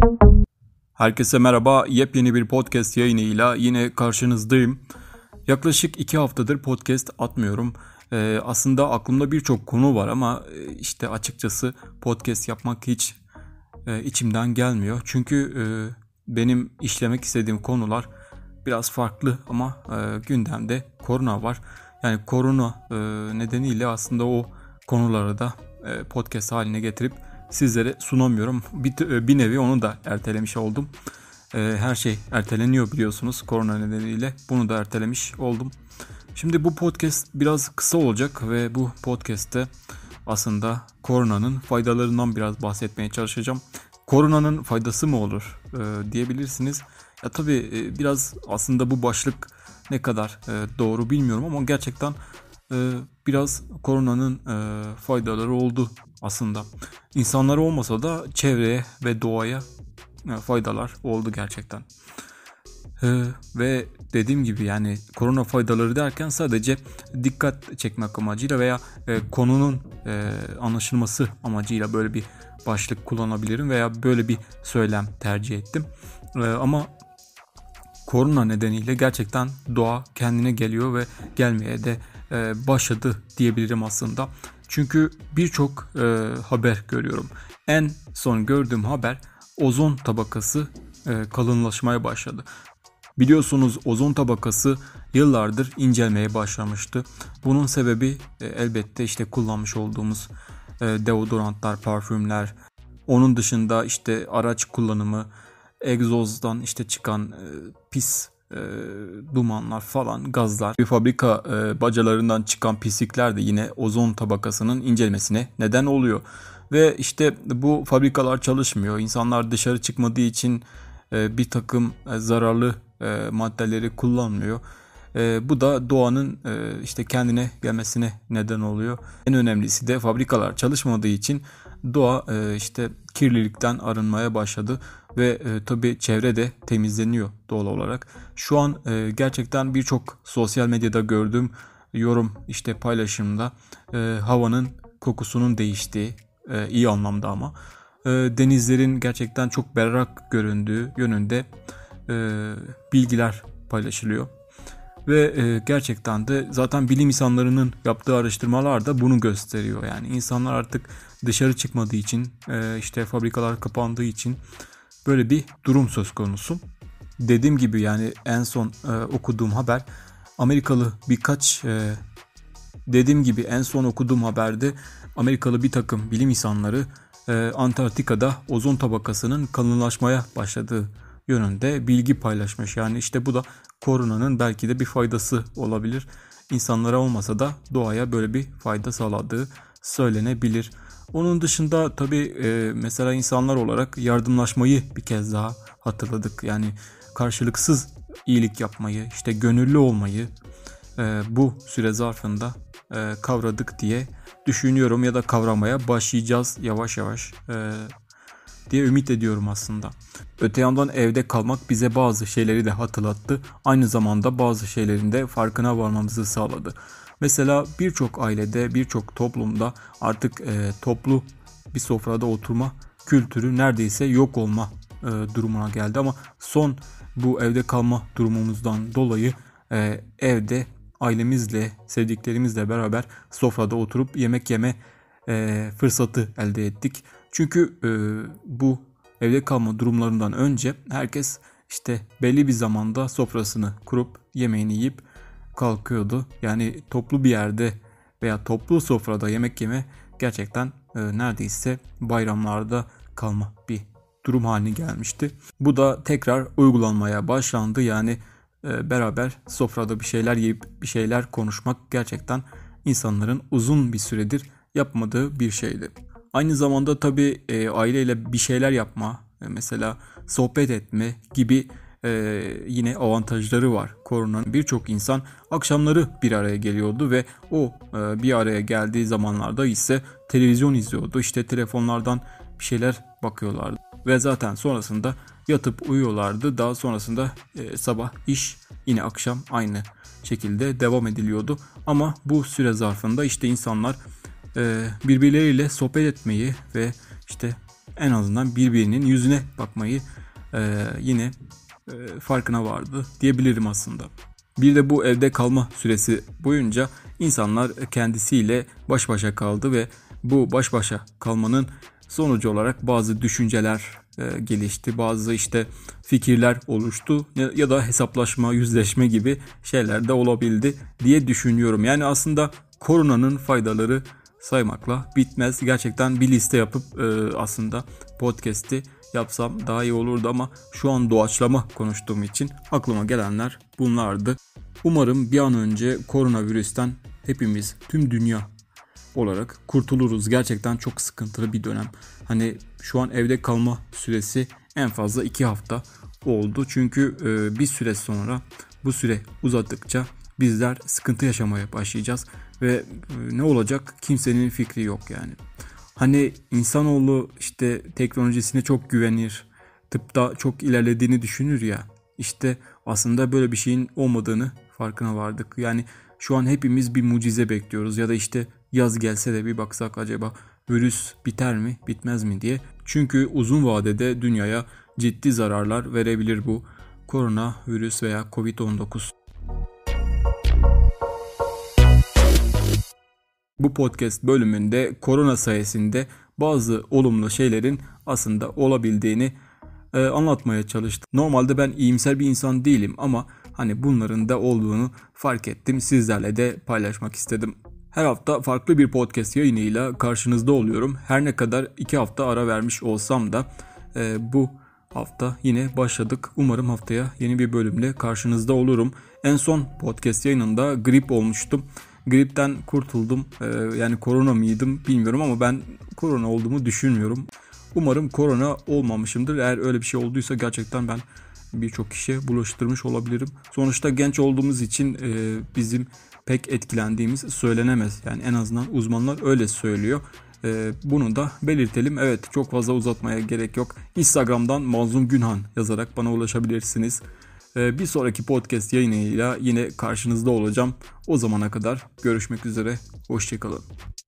Herkese merhaba, yepyeni bir podcast yayınıyla yine karşınızdayım. Yaklaşık 2 haftadır podcast atmıyorum. Aslında aklımda birçok konu var ama işte açıkçası podcast yapmak hiç içimden gelmiyor. Çünkü benim işlemek istediğim konular biraz farklı ama gündemde korona var. Yani korona nedeniyle aslında o konuları da podcast haline getirip sizlere sunamıyorum. Bir nevi onu da ertelemiş oldum. Her şey erteleniyor biliyorsunuz korona nedeniyle. Bunu da ertelemiş oldum. Şimdi bu podcast biraz kısa olacak ve bu podcast'te aslında koronanın faydalarından biraz bahsetmeye çalışacağım. Koronanın faydası mı olur diyebilirsiniz. Ya tabii biraz aslında bu başlık ne kadar doğru bilmiyorum ama gerçekten biraz koronanın faydaları oldu aslında. İnsanlara olmasa da çevreye ve doğaya faydalar oldu gerçekten. Ve dediğim gibi yani korona faydaları derken sadece dikkat çekmek amacıyla veya konunun anlaşılması amacıyla böyle bir başlık kullanabilirim veya böyle bir söylem tercih ettim. Ama korona nedeniyle gerçekten doğa kendine geliyor ve gelmeye de başladı diyebilirim aslında. Çünkü birçok haber görüyorum. En son gördüğüm haber ozon tabakası kalınlaşmaya başladı. Biliyorsunuz ozon tabakası yıllardır incelmeye başlamıştı. Bunun sebebi elbette işte kullanmış olduğumuz deodorantlar, parfümler. Onun dışında işte araç kullanımı, egzozdan işte çıkan pis dumanlar falan, gazlar. Bir fabrika bacalarından çıkan pislikler de yine ozon tabakasının incelmesine neden oluyor. Ve işte bu fabrikalar çalışmıyor. İnsanlar dışarı çıkmadığı için bir takım zararlı maddeleri kullanmıyor. Bu da doğanın işte kendine gelmesine neden oluyor. En önemlisi de fabrikalar çalışmadığı için doğa işte kirlilikten arınmaya başladı ve tabii çevre de temizleniyor doğal olarak. Şu an gerçekten birçok sosyal medyada gördüğüm yorum işte paylaşımda havanın kokusunun değiştiği, iyi anlamda ama denizlerin gerçekten çok berrak göründüğü yönünde bilgiler paylaşılıyor. Ve gerçekten de zaten bilim insanlarının yaptığı araştırmalar da bunu gösteriyor. Yani insanlar artık dışarı çıkmadığı için, işte fabrikalar kapandığı için böyle bir durum söz konusu. Dediğim gibi yani en son okuduğum haber Amerikalı haberde Amerikalı bir takım bilim insanları Antarktika'da ozon tabakasının kalınlaşmaya başladığı yönünde bilgi paylaşmış. Yani işte bu da koronanın belki de bir faydası olabilir. İnsanlara olmasa da doğaya böyle bir fayda sağladığı söylenebilir. Onun dışında tabii mesela insanlar olarak yardımlaşmayı bir kez daha hatırladık. Yani karşılıksız iyilik yapmayı, işte gönüllü olmayı bu süre zarfında kavradık diye düşünüyorum ya da kavramaya başlayacağız yavaş yavaş diye ümit ediyorum aslında. Öte yandan evde kalmak bize bazı şeyleri de hatırlattı. Aynı zamanda bazı şeylerin de farkına varmamızı sağladı. Mesela birçok ailede, birçok toplumda artık toplu bir sofrada oturma kültürü neredeyse yok olma durumuna geldi. Ama son bu evde kalma durumumuzdan dolayı evde ailemizle, sevdiklerimizle beraber sofrada oturup yemek yeme fırsatı elde ettik. Çünkü bu evde kalma durumlarından önce herkes işte belli bir zamanda sofrasını kurup yemeğini yiyip kalkıyordu. Yani toplu bir yerde veya toplu sofrada yemek yeme gerçekten neredeyse bayramlarda kalma bir durum haline gelmişti. Bu da tekrar uygulanmaya başlandı. Yani beraber sofrada bir şeyler yiyip bir şeyler konuşmak gerçekten insanların uzun bir süredir yapmadığı bir şeydi. Aynı zamanda tabii aileyle bir şeyler yapma, mesela sohbet etme gibi yine avantajları var. Koronanın birçok insan akşamları bir araya geliyordu ve o bir araya geldiği zamanlarda ise televizyon izliyordu. İşte telefonlardan bir şeyler bakıyorlardı ve zaten sonrasında yatıp uyuyorlardı. Daha sonrasında sabah iş, yine akşam aynı şekilde devam ediliyordu. Ama bu süre zarfında işte insanlar birbirleriyle sohbet etmeyi ve işte en azından birbirinin yüzüne bakmayı yine farkına vardı diyebilirim aslında. Bir de bu evde kalma süresi boyunca insanlar kendisiyle baş başa kaldı ve bu baş başa kalmanın sonucu olarak bazı düşünceler gelişti, bazı fikirler oluştu ya da hesaplaşma, yüzleşme gibi şeyler de olabildi diye düşünüyorum. Yani aslında koronanın faydaları saymakla bitmez. Gerçekten bir liste yapıp aslında podcast'i yapsam daha iyi olurdu ama şu an doğaçlama konuştuğum için aklıma gelenler bunlardı. Umarım bir an önce koronavirüsten hepimiz, tüm dünya olarak kurtuluruz. Gerçekten çok sıkıntılı bir dönem. Hani şu an evde kalma süresi en fazla 2 hafta oldu. Çünkü bir süre sonra bu süre uzadıkça bizler sıkıntı yaşamaya başlayacağız. Ve ne olacak kimsenin fikri yok yani. Hani insanoğlu teknolojisine çok güvenir. Tıpta çok ilerlediğini düşünür ya. Aslında böyle bir şeyin olmadığını farkına vardık. Yani şu an hepimiz bir mucize bekliyoruz. Ya da yaz gelse de bir baksak acaba virüs biter mi bitmez mi diye. Çünkü uzun vadede dünyaya ciddi zararlar verebilir bu koronavirüs veya Covid-19. Bu podcast bölümünde korona sayesinde bazı olumlu şeylerin aslında olabildiğini anlatmaya çalıştım. Normalde ben iyimser bir insan değilim ama hani bunların da olduğunu fark ettim. Sizlerle de paylaşmak istedim. Her hafta farklı bir podcast yayınıyla karşınızda oluyorum. Her ne kadar 2 hafta ara vermiş olsam da bu hafta yine başladık. Umarım haftaya yeni bir bölümle karşınızda olurum. En son podcast yayınında grip olmuştum. Gripten kurtuldum. Yani korona mıydım bilmiyorum ama ben korona olduğumu düşünmüyorum. Umarım korona olmamışımdır. Eğer öyle bir şey olduysa gerçekten ben birçok kişiye bulaştırmış olabilirim. Sonuçta genç olduğumuz için bizim pek etkilendiğimiz söylenemez. Yani en azından uzmanlar öyle söylüyor. Bunu da belirtelim. Evet, çok fazla uzatmaya gerek yok. Instagram'dan Mazlum Günhan yazarak bana ulaşabilirsiniz. Bir sonraki podcast yayınıyla yine karşınızda olacağım. O zamana kadar görüşmek üzere. Hoşçakalın.